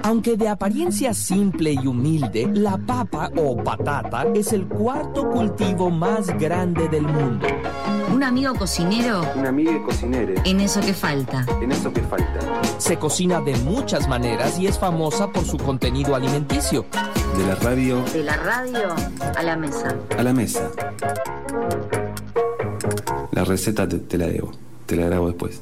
Aunque de apariencia simple y humilde, la papa o patata es el cuarto cultivo más grande del mundo. Un amigo cocinero. Un amigo cocinero. En eso que falta. En eso que falta. Se cocina de muchas maneras y es famosa por su contenido alimenticio. De la radio. De la radio a la mesa. A la mesa. La receta te la debo. Te la grabo después.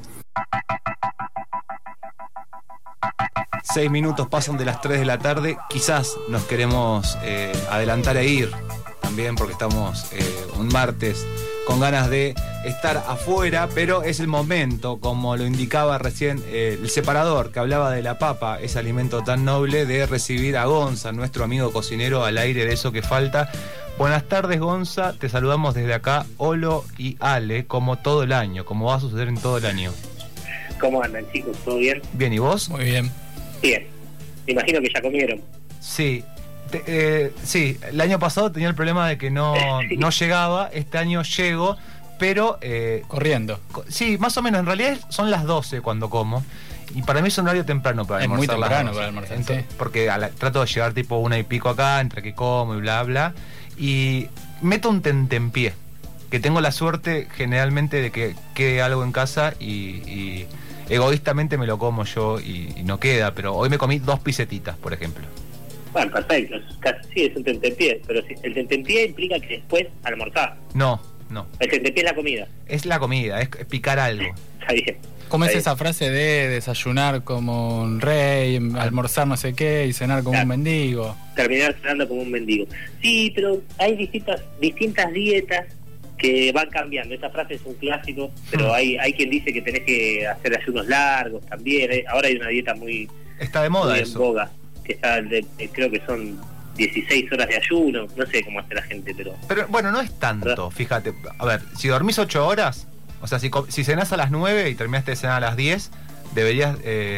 6 minutos pasan de las 3 de la tarde. Quizás nos queremos adelantar e ir también porque estamos un martes con ganas de estar afuera, pero es el momento, como lo indicaba recién el separador que hablaba de la papa, ese alimento tan noble, de recibir a Gonza, nuestro amigo cocinero, al aire de eso que falta. Buenas tardes, Gonza, te saludamos desde acá, Olo y Ale, como todo el año, como va a suceder en todo el año. ¿Cómo andan, chicos? ¿Todo bien? Bien, ¿y vos? Muy bien. Bien. Me imagino que ya comieron. Sí. Sí, el año pasado tenía el problema de que no llegaba, este año llego, pero... corriendo. Sí, más o menos, en realidad son las 12 cuando como, y para mí es un horario temprano para almorzar. Es muy temprano para almorzar, entonces, sí. Porque trato de llegar tipo 1:00 acá, entre que como y bla, bla, y meto un tentempié, que tengo la suerte generalmente de que quede algo en casa y egoístamente me lo como yo y no queda, pero hoy me comí 2 pisetitas, por ejemplo. Bueno, perfecto. Sí, es un tentempié, pero el tentempié implica que después almorzar. No. El tentempié es la comida. Es la comida, es picar algo. Está bien. ¿Cómo es Está esa frase de desayunar como un rey, almorzar no sé qué y cenar como un mendigo? Terminar cenando como un mendigo. Sí, pero hay distintas dietas que van cambiando. Esa frase es un clásico, pero hay quien dice que tenés que hacer ayunos largos también. Ahora hay una dieta muy... Está de moda muy eso. En boga, que está creo que son 16 horas de ayuno, no sé cómo hace la gente, pero bueno, no es tanto, ¿verdad? Fíjate, a ver, si dormís 8 horas, o sea, si cenás a las 9 y terminaste de cenar a las 10, deberías,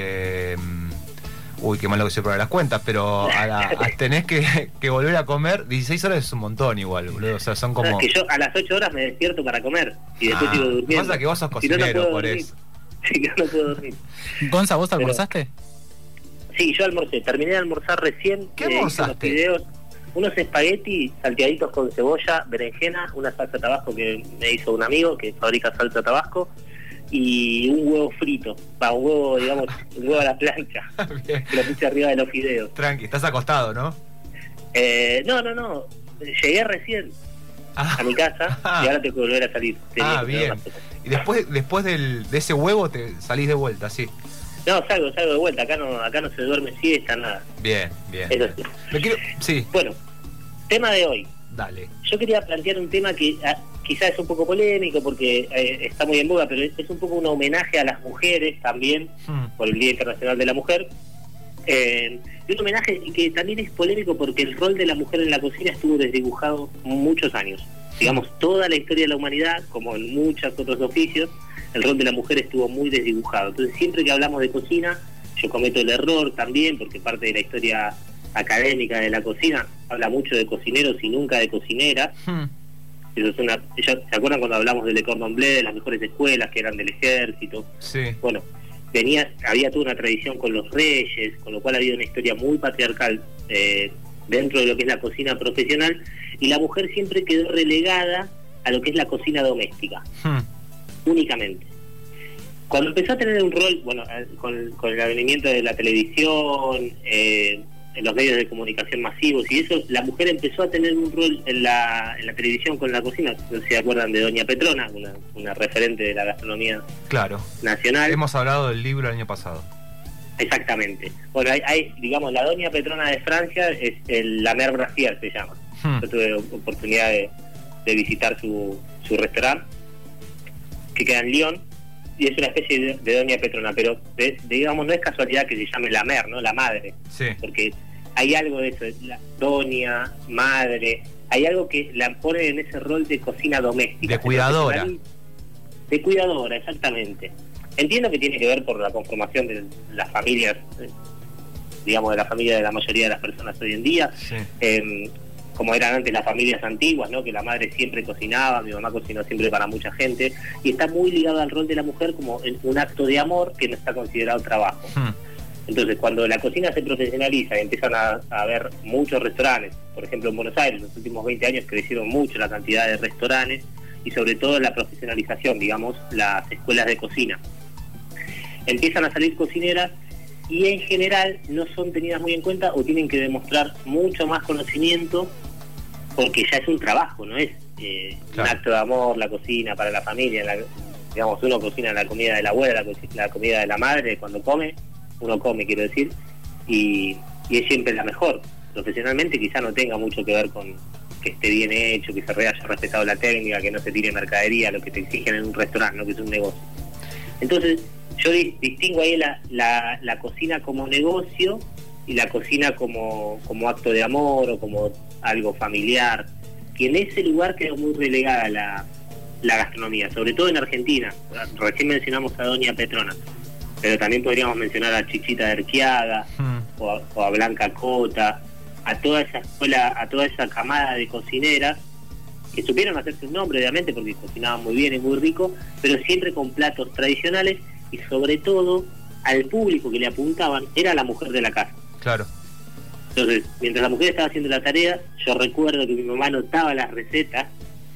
uy, qué malo que se para las cuentas, pero tenés que volver a comer. 16 horas es un montón igual, boludo, o sea, son como... Es que yo a las 8 horas me despierto para comer y después sigo durmiendo. Pasa que vos sos Si no, cocinero, puedo por dormir. eso. Sí, que no puedo dormir. Gonza, ¿vos almorzaste? Sí, yo almorcé, terminé de almorzar recién. ¿Qué almorzaste? Hice unos espaguetis salteaditos con cebolla, berenjena, una salsa tabasco que me hizo un amigo que fabrica salsa tabasco, y un huevo frito, un huevo, digamos, un huevo a la plancha, que lo puse arriba de los fideos. Tranqui, estás acostado, ¿no? No, llegué recién a mi casa y ahora tengo que volver a salir. Bien. Y después de ese huevo te salís de vuelta, sí. No, salgo de vuelta, acá no se duerme siesta, nada. Bien. Eso sí. Sí. Bueno, tema de hoy. Dale. Yo quería plantear un tema que quizás es un poco polémico porque está muy en boga, pero es un poco un homenaje a las mujeres también, por el Día Internacional de la Mujer. Y un homenaje que también es polémico porque el rol de la mujer en la cocina estuvo desdibujado muchos años. Digamos, toda la historia de la humanidad, como en muchos otros oficios, el rol de la mujer estuvo muy desdibujado. Entonces, siempre que hablamos de cocina, yo cometo el error también, porque parte de la historia académica de la cocina habla mucho de cocineros y nunca de cocineras. Eso es ¿se acuerdan cuando hablamos del Le Cordon Bleu, de las mejores escuelas que eran del ejército? Sí. Bueno, había toda una tradición con los reyes, con lo cual había una historia muy patriarcal dentro de lo que es la cocina profesional, y la mujer siempre quedó relegada a lo que es la cocina doméstica, únicamente. Cuando empezó a tener un rol, bueno, con el advenimiento de la televisión, en los medios de comunicación masivos y eso, la mujer empezó a tener un rol en la televisión con la cocina. No sé si se acuerdan de Doña Petrona, una referente de la gastronomía nacional. Hemos hablado del libro el año pasado. Exactamente. Bueno, hay digamos, la Doña Petrona de Francia es la Mère Brassier, se llama. Yo tuve oportunidad de visitar su restaurante, que queda en Lyon, y es una especie de Doña Petrona, pero digamos, no es casualidad que se llame la Mère, ¿no? La madre. Sí. Porque hay algo de eso, la doña, madre, hay algo que la pone en ese rol de cocina doméstica. De cuidadora. De cuidadora, exactamente. Entiendo que tiene que ver por la conformación de las familias, digamos, de la familia de la mayoría de las personas hoy en día. Sí. Como eran antes las familias antiguas, ¿no? Que la madre siempre cocinaba, mi mamá cocinó siempre para mucha gente, y está muy ligado al rol de la mujer como un acto de amor que no está considerado trabajo. Entonces, cuando la cocina se profesionaliza y empiezan a haber muchos restaurantes, por ejemplo en Buenos Aires, en los últimos 20 años crecieron mucho la cantidad de restaurantes y sobre todo la profesionalización, digamos, las escuelas de cocina. Empiezan a salir cocineras y en general no son tenidas muy en cuenta o tienen que demostrar mucho más conocimiento porque ya es un trabajo, no es un acto de amor, la cocina para la familia, digamos, uno cocina la comida de la abuela, la comida de la madre, cuando come, uno come, quiero decir, y es siempre la mejor. Profesionalmente quizá no tenga mucho que ver con que esté bien hecho, que se haya respetado la técnica, que no se tire mercadería, lo que te exigen en un restaurante, ¿no? Que es un negocio. Entonces, yo distingo ahí la cocina como negocio y la cocina como acto de amor o como algo familiar, que en ese lugar quedó muy relegada la gastronomía, sobre todo en Argentina. Recién mencionamos a Doña Petrona, pero también podríamos mencionar a Chichita de Arqueaga o a Blanca Cota, a toda esa escuela, a toda esa camada de cocineras que supieron hacerse un nombre, obviamente, porque cocinaban muy bien y muy rico, pero siempre con platos tradicionales y sobre todo al público que le apuntaban era la mujer de la casa. Claro. Entonces, mientras la mujer estaba haciendo la tarea, yo recuerdo que mi mamá anotaba las recetas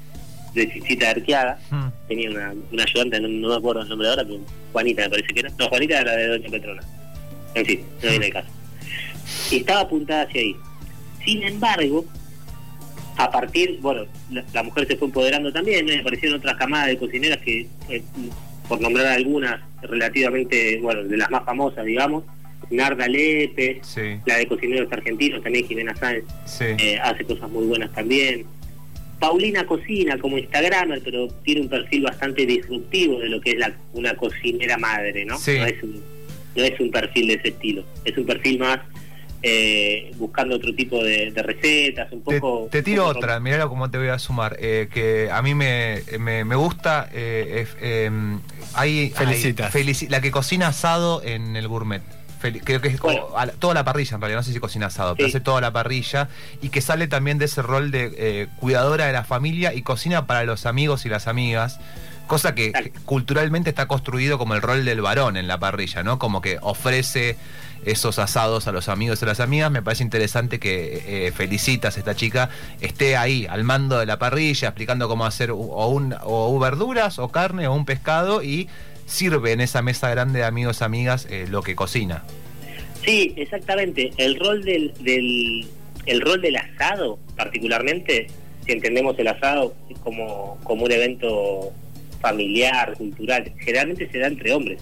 de Chichita de Arqueaga. Tenía una ayudante, no me acuerdo el nombre ahora, pero Juanita me parece que era. No, Juanita era la de Doña Petrona. En fin, no viene el caso. Y estaba apuntada hacia ahí. Sin embargo, a partir, bueno, la mujer se fue empoderando también, ¿no? Y aparecieron otras camadas de cocineras que, por nombrar algunas, relativamente, bueno, de las más famosas, digamos, Narda Lepe, sí. La de cocineros argentinos, también Jimena Sáenz, sí. Hace cosas muy buenas también. Paulina cocina como Instagramer, pero tiene un perfil bastante disruptivo de lo que es una cocinera madre, ¿no? Sí. No es un perfil de ese estilo, es un perfil más buscando otro tipo de recetas, un poco... Te tiro otra, mirá cómo te voy a sumar, que a mí me gusta, Felicitas. La que cocina asado en el gourmet. Creo que es toda la parrilla, en realidad, no sé si cocina asado, pero hace toda la parrilla, y que sale también de ese rol de cuidadora de la familia y cocina para los amigos y las amigas, cosa que culturalmente está construido como el rol del varón en la parrilla, ¿no? Como que ofrece esos asados a los amigos y a las amigas. Me parece interesante que Felicitas, esta chica, esté ahí al mando de la parrilla, explicando cómo hacer o verduras o carne o un pescado, y sirve en esa mesa grande de amigos, amigas, lo que cocina. Sí, exactamente. El rol del asado, particularmente, si entendemos el asado como un evento familiar, cultural, generalmente se da entre hombres.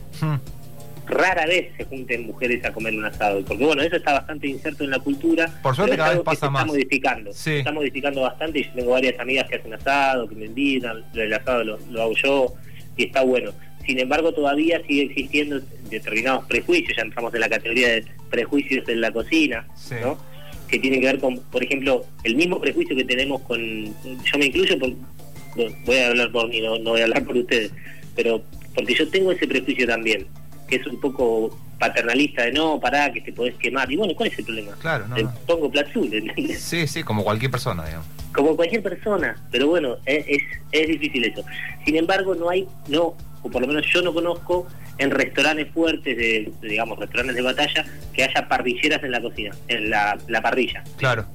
Rara vez se junten mujeres a comer un asado, porque bueno, eso está bastante inserto en la cultura. Por suerte cada vez pasa más. Se está modificando bastante, y yo tengo varias amigas que hacen asado, que me invitan, el asado lo hago yo, y está bueno. Sin embargo, todavía sigue existiendo determinados prejuicios, ya entramos en la categoría de prejuicios en la cocina, ¿no? Que tienen que ver con, por ejemplo, el mismo prejuicio que tenemos con... Yo me incluyo, voy a hablar por mí, no voy a hablar por ustedes, pero porque yo tengo ese prejuicio también, que es un poco paternalista de no, pará, que te podés quemar. Y bueno, ¿cuál es el problema? Claro, no. Te pongo platzul, ¿entendés? Sí, como cualquier persona, digamos. Como cualquier persona, pero bueno, es difícil eso. Sin embargo, o por lo menos yo no conozco en restaurantes fuertes, digamos, restaurantes de batalla, que haya parrilleras en la cocina, en la parrilla. Claro.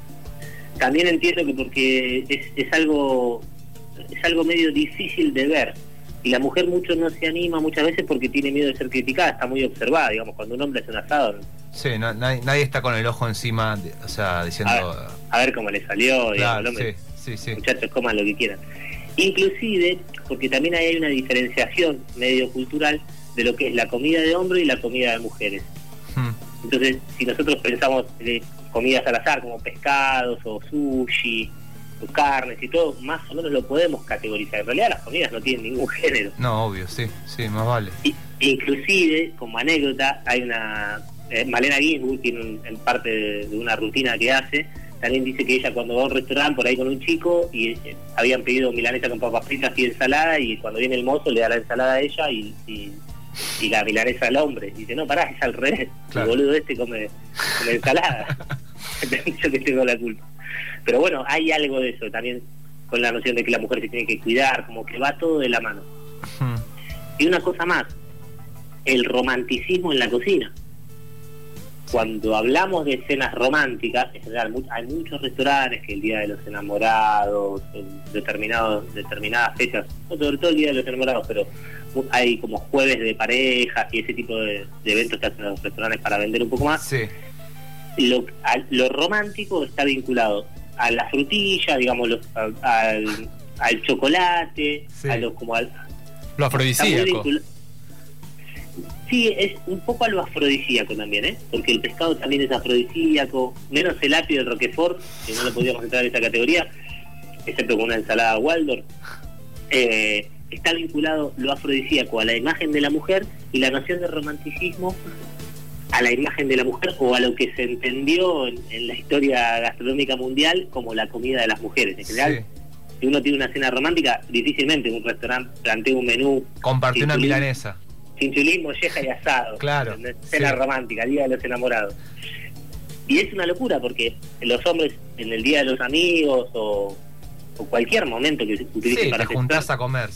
También entiendo que porque es algo medio difícil de ver, y la mujer mucho no se anima muchas veces porque tiene miedo de ser criticada, está muy observada, digamos, cuando un hombre hace un asado. Sí, nadie está con el ojo encima, o sea, diciendo... A ver cómo le salió, digamos, el hombre. Sí. Muchachos, coman lo que quieran. Inclusive, porque también hay una diferenciación medio cultural de lo que es la comida de hombre y la comida de mujeres. Entonces, si nosotros pensamos de comidas al azar, como pescados o sushi, o carnes y todo, más o menos lo podemos categorizar. En realidad las comidas no tienen ningún género. No, obvio, sí, más vale. Inclusive, como anécdota, hay una... Malena Ginsburg tiene en parte de una rutina que hace, también dice que ella cuando va a un restaurante por ahí con un chico y habían pedido milanesa con papas fritas y ensalada, y cuando viene el mozo le da la ensalada a ella y la milanesa al hombre. Y dice, no, pará, es al revés. Claro. El boludo come ensalada. Yo que tengo la culpa. Pero bueno, hay algo de eso también, con la noción de que la mujer se tiene que cuidar, como que va todo de la mano. Y una cosa más, el romanticismo en la cocina. Cuando hablamos de escenas románticas, en general hay muchos restaurantes que el Día de los Enamorados, en determinadas fechas, no sobre todo el Día de los Enamorados, pero hay como jueves de parejas y ese tipo de eventos que hacen los restaurantes para vender un poco más. Sí. Lo romántico está vinculado a la frutilla, digamos, al chocolate, sí. Lo afrodisíaco. Sí, es un poco a lo afrodisíaco también, porque el pescado también es afrodisíaco, menos el apio y el roquefort, que no lo podíamos entrar en esa categoría, excepto con una ensalada Waldorf. Está vinculado lo afrodisíaco a la imagen de la mujer y la noción de romanticismo a la imagen de la mujer, o a lo que se entendió en la historia gastronómica mundial como la comida de las mujeres. En general, si uno tiene una cena romántica, difícilmente un restaurante plantea un menú. Compartir una milanesa. Chinchulín, molleja y asado. Claro. Cena romántica, Día de los Enamorados. Y es una locura porque los hombres en el Día de los Amigos o cualquier momento que se utilice para te juntás a comer,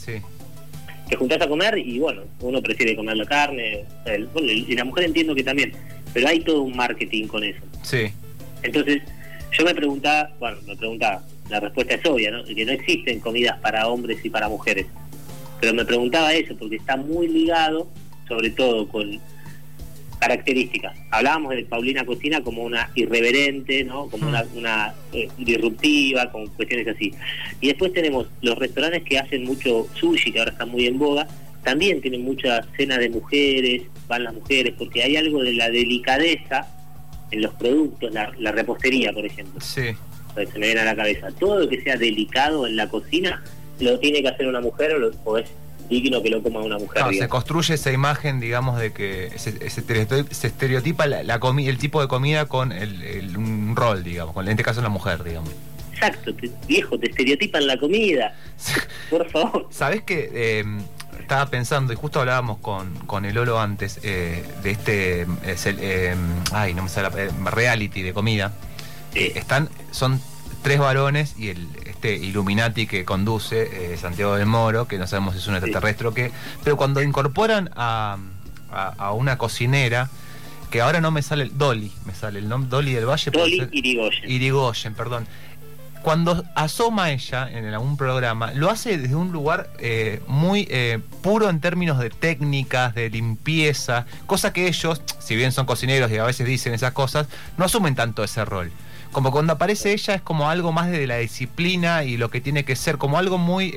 te juntás a comer y bueno, uno prefiere comer la carne, y la mujer entiendo que también, pero hay todo un marketing con eso. Sí. Entonces, yo me preguntaba, la respuesta es obvia, ¿no? Que no existen comidas para hombres y para mujeres. Pero me preguntaba eso, porque está muy ligado, sobre todo con características. Hablábamos de Paulina Cocina como una irreverente, ¿no? Como una disruptiva, con cuestiones así. Y después tenemos los restaurantes que hacen mucho sushi, que ahora está muy en boga, también tienen mucha cena de mujeres, van las mujeres, porque hay algo de la delicadeza en los productos, la repostería, por ejemplo. Sí. Se me viene a la cabeza. Todo lo que sea delicado en la cocina lo tiene que hacer una mujer o es digno que lo coma una mujer. No, se construye esa imagen, digamos, de que se estereotipa el tipo de comida con un rol, digamos, en este caso la mujer, digamos. Exacto, viejo, te estereotipan la comida. Por favor. ¿Sabés qué? Estaba pensando, y justo hablábamos con el Lolo antes, de este no me sale reality de comida. Sí. Son 3 varones y este Illuminati que conduce, Santiago del Moro, que no sabemos si es un extraterrestre o qué, pero cuando incorporan a una cocinera, que ahora no me sale Dolly, me sale el nombre, Dolly del Valle. Dolly Irigoyen. Irigoyen, perdón. Cuando asoma ella en algún programa, lo hace desde un lugar muy puro en términos de técnicas, de limpieza, cosa que ellos, si bien son cocineros y a veces dicen esas cosas, no asumen tanto ese rol. Como cuando aparece ella es como algo más de la disciplina y lo que tiene que ser, como algo muy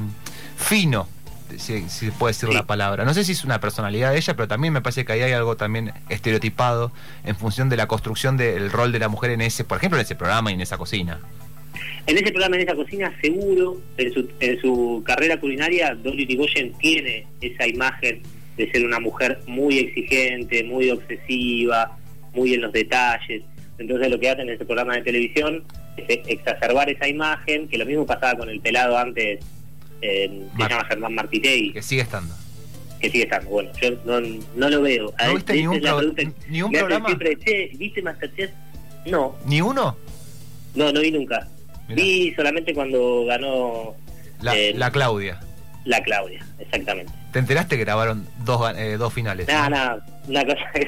fino, si puede decir la palabra. No sé si es una personalidad de ella, pero también me parece que ahí hay algo también estereotipado en función de la construcción del rol de la mujer en ese, por ejemplo, en ese programa y en esa cocina. En ese programa, en esa cocina, seguro, en su carrera culinaria, Dolly Irigoyen tiene esa imagen de ser una mujer muy exigente, muy obsesiva, muy en los detalles. Entonces lo que hacen en ese programa de televisión es exacerbar esa imagen, que lo mismo pasaba con el pelado antes, se llama Germán Martínez. Que sigue estando. Bueno, yo no lo veo. ¿No viste ningún programa? Siempre, ¿viste Masterchef? No. ¿Ni uno? No vi nunca. Mirá. Vi solamente cuando ganó... La Claudia. La Claudia, exactamente. ¿Te enteraste que grabaron dos finales? No, una cosa que...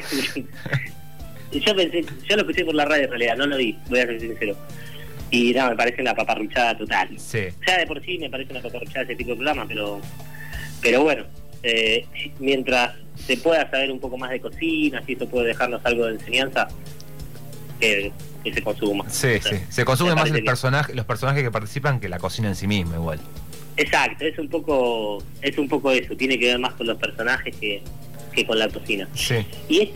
yo lo escuché por la radio en realidad, no lo vi, voy a ser sincero. Y no, me parece una paparruchada total. Sí. Ya de por sí me parece una paparruchada ese tipo de programa, pero bueno, mientras se pueda saber un poco más de cocina, si esto puede dejarnos algo de enseñanza, que se consuma. Sí, se consume más los personajes que participan que la cocina en sí misma igual. Exacto, es un poco eso, tiene que ver más con los personajes que con la cocina. Sí. Y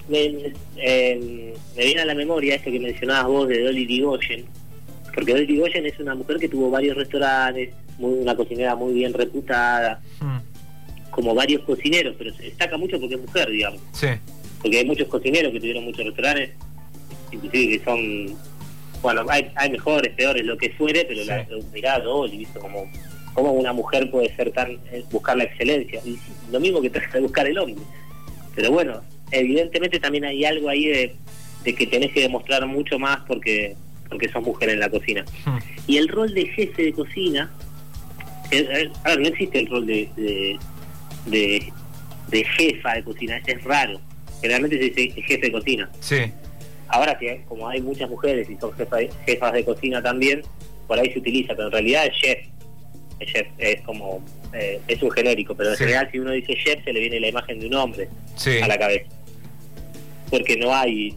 me viene a la memoria esto que mencionabas vos de Dolly Irigoyen, porque Dolly Irigoyen es una mujer que tuvo varios restaurantes, una cocinera muy bien reputada, como varios cocineros, pero se destaca mucho porque es mujer, digamos. Sí. Porque hay muchos cocineros que tuvieron muchos restaurantes, inclusive que son, bueno, hay mejores, peores, lo que fuere, pero mirá a Dolly, visto como una mujer puede ser buscar la excelencia, y lo mismo que trata de buscar el hombre. Pero bueno, evidentemente también hay algo ahí de que tenés que demostrar mucho más porque sos mujer en la cocina. Y el rol de jefe de cocina, no existe el rol de jefa de cocina, es raro. generalmente se dice jefe de cocina. Sí. Ahora que como hay muchas mujeres y son jefas de cocina también, por ahí se utiliza, pero en realidad es chef. El chef es como es un genérico, pero en general si uno dice chef se le viene la imagen de un hombre a la cabeza, porque no hay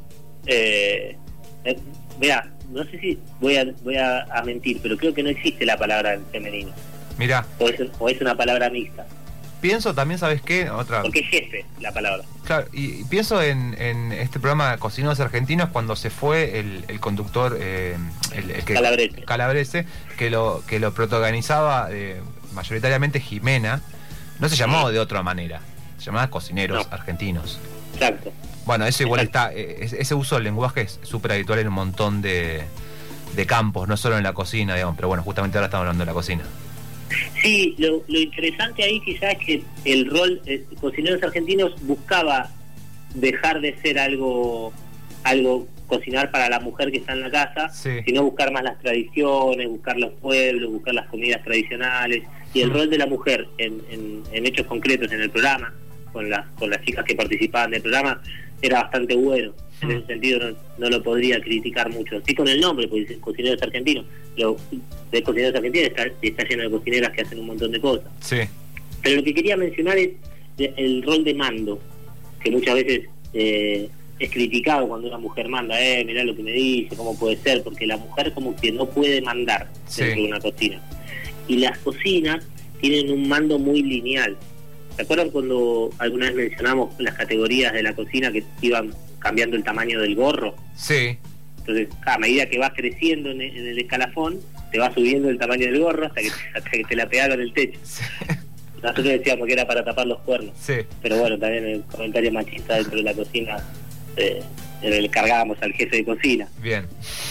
vea, no sé si voy a mentir, pero creo que no existe la palabra en femenino. Mirá. O es una palabra mixta. Pienso también, ¿sabes qué? Otra. Porque es jefe la palabra. Claro, y pienso en este programa Cocineros Argentinos cuando se fue el conductor el que Calabrese, que lo protagonizaba mayoritariamente Jimena. No se llamó de otra manera, se llamaba Cocineros Argentinos. Exacto. Bueno, eso igual está, ese uso del lenguaje es súper habitual en un montón de campos, no solo en la cocina, digamos, pero bueno, justamente ahora estamos hablando de la cocina. Sí, lo interesante ahí quizás es que el rol Cocineros Argentinos buscaba dejar de ser algo cocinar para la mujer que está en la casa, sino buscar más las tradiciones, buscar los pueblos, buscar las comidas tradicionales, y el rol de la mujer en hechos concretos en el programa, con las chicas que participaban del programa, era bastante bueno. En ese sentido no lo podría criticar mucho. Sí, con el nombre, porque dice Cocineros Argentinos. De Cocineros Argentinos está lleno de cocineras que hacen un montón de cosas. Sí. Pero lo que quería mencionar es el rol de mando, que muchas veces es criticado cuando una mujer manda. Mirá lo que me dice, cómo puede ser, porque la mujer como que no puede mandar dentro de una cocina. Y las cocinas tienen un mando muy lineal. ¿Se acuerdan cuando alguna vez mencionamos las categorías de la cocina que iban cambiando el tamaño del gorro? Sí. Entonces, a medida que vas creciendo en el escalafón, te va subiendo el tamaño del gorro hasta que te la pegaron el techo. Sí. Nosotros decíamos que era para tapar los cuernos. Sí. Pero bueno, también el comentario machista dentro de la cocina le cargábamos al jefe de cocina. Bien.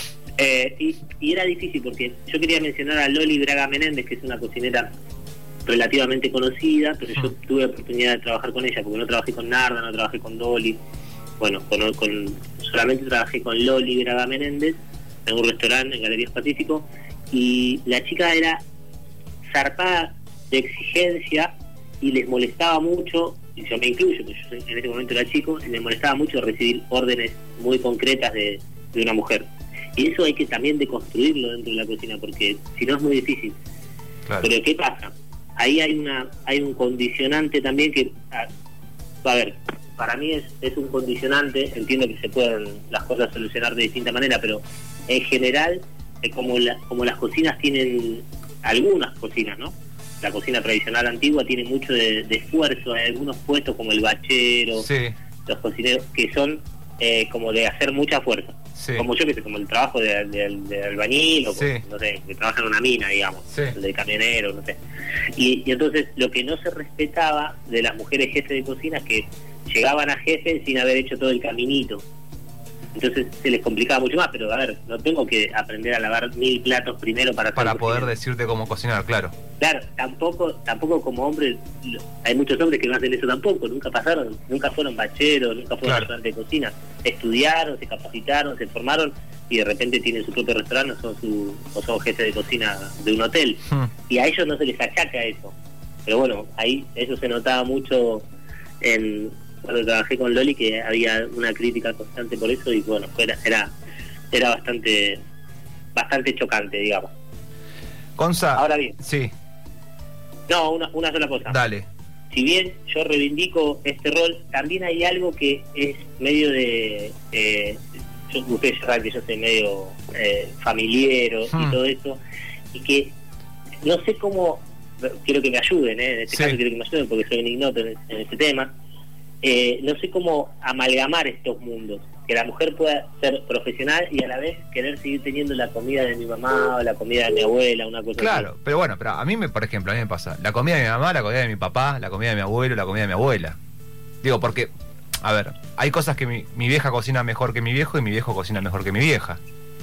Y era difícil porque yo quería mencionar a Loli Braga Menéndez, que es una cocinera relativamente conocida, pero yo tuve la oportunidad de trabajar con ella, porque no trabajé con Narda, no trabajé con Dolly, bueno, solamente trabajé con Loli Braga Menéndez en un restaurante en Galerías Pacífico, y la chica era zarpada de exigencia y les molestaba mucho, y yo me incluyo, porque yo en ese momento era chico, y les molestaba mucho recibir órdenes muy concretas de una mujer. Y eso hay que también deconstruirlo dentro de la cocina, porque si no es muy difícil. Claro. Pero ¿qué pasa? Ahí hay un condicionante también que, a ver, para mí es un condicionante. Entiendo que se pueden las cosas solucionar de distinta manera, pero en general, como las cocinas tienen, algunas cocinas, ¿no? La cocina tradicional antigua tiene mucho de esfuerzo. Hay algunos puestos como el bachero, los cocineros, que son como de hacer mucha fuerza. Sí. Como yo que sé, como el trabajo de albañil, o no sé, que trabaja en una mina, digamos, el de camionero, no sé. Y entonces lo que no se respetaba de las mujeres jefes de cocina es que llegaban a jefe sin haber hecho todo el caminito. Entonces se les complicaba mucho más, pero a ver, no tengo que aprender a lavar 1000 platos primero para poder decirte cómo cocinar, claro. Claro, tampoco como hombre, hay muchos hombres que no hacen eso tampoco, nunca fueron bacheros, nunca fueron restaurantes de cocina, estudiaron, se capacitaron, se formaron y de repente tienen su propio restaurante o son jefes de cocina de un hotel. Y a ellos no se les achaca eso. Pero bueno, ahí eso se notaba mucho cuando trabajé con Loli, que había una crítica constante por eso, y bueno, era bastante chocante, digamos. Consa. Ahora bien. Sí. No, una sola cosa. Dale. Si bien yo reivindico este rol, también hay algo que es medio de... ustedes saben que yo soy medio familiero y todo eso, y que no sé cómo... Quiero que me ayuden, en este caso quiero que me ayuden porque soy un ignoto en este tema. No sé cómo amalgamar estos mundos, que la mujer pueda ser profesional y a la vez querer seguir teniendo la comida de mi mamá o la comida de mi abuela, una cosa claro, así. Pero bueno, por ejemplo, a mí me pasa la comida de mi mamá, la comida de mi papá, la comida de mi abuelo, la comida de mi abuela. Digo, porque, a ver, hay cosas que mi vieja cocina mejor que mi viejo y mi viejo cocina mejor que mi vieja.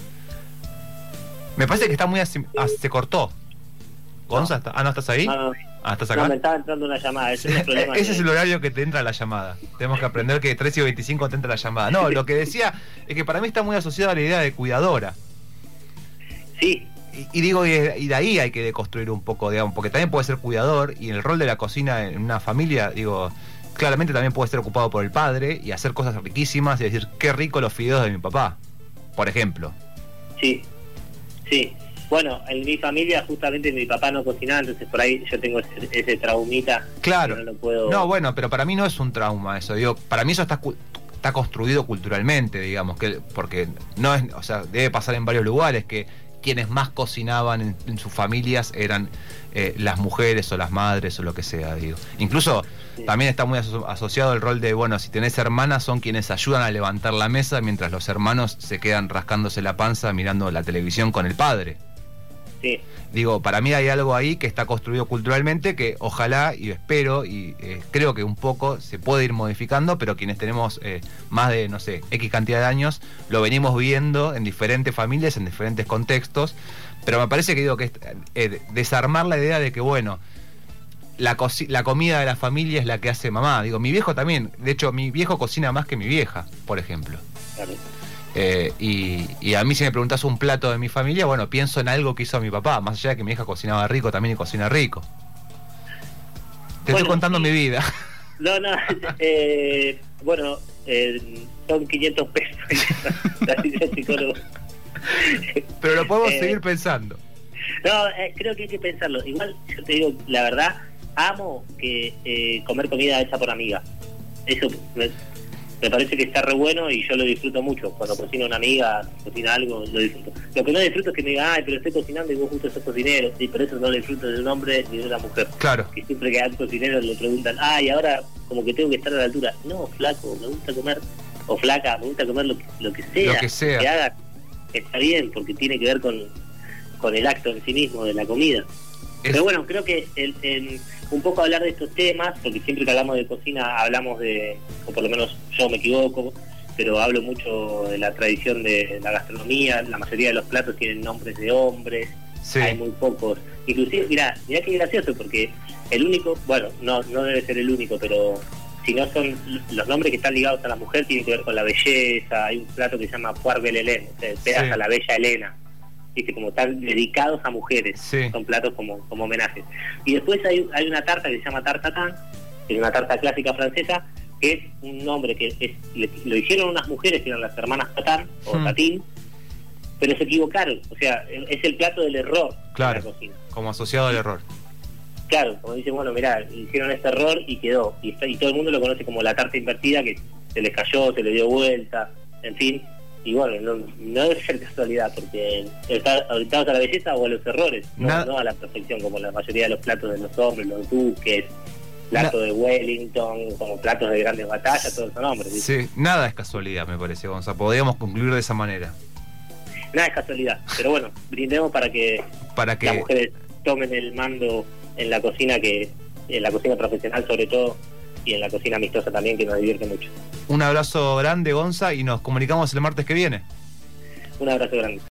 Me parece que está muy se cortó. ¿Gonza? ¿No estás ahí? No. ¿Estás acá? No, me estaba entrando una llamada. Ese es el horario que te entra la llamada. Tenemos que aprender que 3:25 te entra la llamada. No, lo que decía es que para mí está muy asociado a la idea de cuidadora. Sí. Y digo, y de ahí hay que deconstruir un poco, digamos, porque también puede ser cuidador, y el rol de la cocina en una familia, digo, claramente también puede estar ocupado por el padre y hacer cosas riquísimas y decir, qué rico los fideos de mi papá, por ejemplo. Sí, sí. Bueno, en mi familia justamente mi papá no cocinaba, entonces por ahí yo tengo ese traumita. Claro. Que no lo puedo... No, bueno, pero para mí no es un trauma eso. Digo, para mí eso está construido culturalmente, digamos, porque no es, o sea, debe pasar en varios lugares que quienes más cocinaban en sus familias eran las mujeres o las madres o lo que sea, digo. Incluso sí. También está muy asociado el rol de, bueno, si tenés hermanas son quienes ayudan a levantar la mesa mientras los hermanos se quedan rascándose la panza mirando la televisión con el padre. Sí. Digo, para mí hay algo ahí que está construido culturalmente que ojalá y espero y creo que un poco se puede ir modificando, pero quienes tenemos más de, no sé, X cantidad de años, lo venimos viendo en diferentes familias, en diferentes contextos, pero me parece que digo que desarmar la idea de que, bueno, la comida de la familia es la que hace mamá. Digo, mi viejo también, de hecho, mi viejo cocina más que mi vieja, por ejemplo. Claro. Y a mí si me preguntás un plato de mi familia, bueno, pienso en algo que hizo mi papá, más allá de que mi hija cocinaba rico, también y cocina rico. Estoy contando mi vida. No, bueno, son 500 pesos. Pero lo podemos seguir pensando. No, creo que hay que pensarlo. Igual, yo te digo, la verdad, amo que comer comida hecha por amiga. Eso me parece que está re bueno y yo lo disfruto mucho. Cuando cocina una amiga, cocina algo, lo disfruto. Lo que no disfruto es que me diga, ay, pero estoy cocinando y vos justo sos cocinero. Sí, pero eso no lo disfruto de un hombre ni de una mujer. Claro. Que siempre que hay cocineros le preguntan, ay, ahora como que tengo que estar a la altura. No, flaco, me gusta comer, o flaca, me gusta comer lo que sea. Lo que sea. Que haga, está bien, porque tiene que ver con el acto en sí mismo de la comida. Pero bueno, creo que un poco hablar de estos temas, porque siempre que hablamos de cocina hablamos de, o por lo menos yo me equivoco, pero hablo mucho de la tradición de la gastronomía. La mayoría de los platos tienen nombres de hombres, sí. Hay muy pocos. Inclusive, mirá qué gracioso, porque el único, bueno, no debe ser el único, pero si no son los nombres que están ligados a la mujer, tienen que ver con la belleza. Hay un plato que se llama Poire Belle Hélène, o sea, pedas sí. A la bella Elena. ¿Viste? Como están dedicados a mujeres, sí. Son platos como homenajes. Y después hay una tarta que se llama tarte tatin, que es una tarta clásica francesa, que es un nombre que lo hicieron unas mujeres que eran las hermanas Tatin o Tatin, pero se equivocaron, o sea, es el plato del error. Claro, de la cocina. Como asociado al error. Claro, como dicen, bueno, mirá, hicieron este error y quedó, y todo el mundo lo conoce como la tarta invertida, que se les cayó, se le dio vuelta, en fin. Y bueno, no debe ser casualidad, porque está orientados a la belleza o a los errores, no a la perfección, como la mayoría de los platos de los hombres, los duques, platos de Wellington, como platos de grandes batallas, todos son hombres. ¿Viste? Sí, nada es casualidad, me parece, Gonza. Podríamos concluir de esa manera. Nada es casualidad, pero bueno, brindemos para que las mujeres tomen el mando en la cocina, en la cocina profesional sobre todo, y en la cocina amistosa también, que nos divierte mucho. Un abrazo grande, Gonza, y nos comunicamos el martes que viene. Un abrazo grande.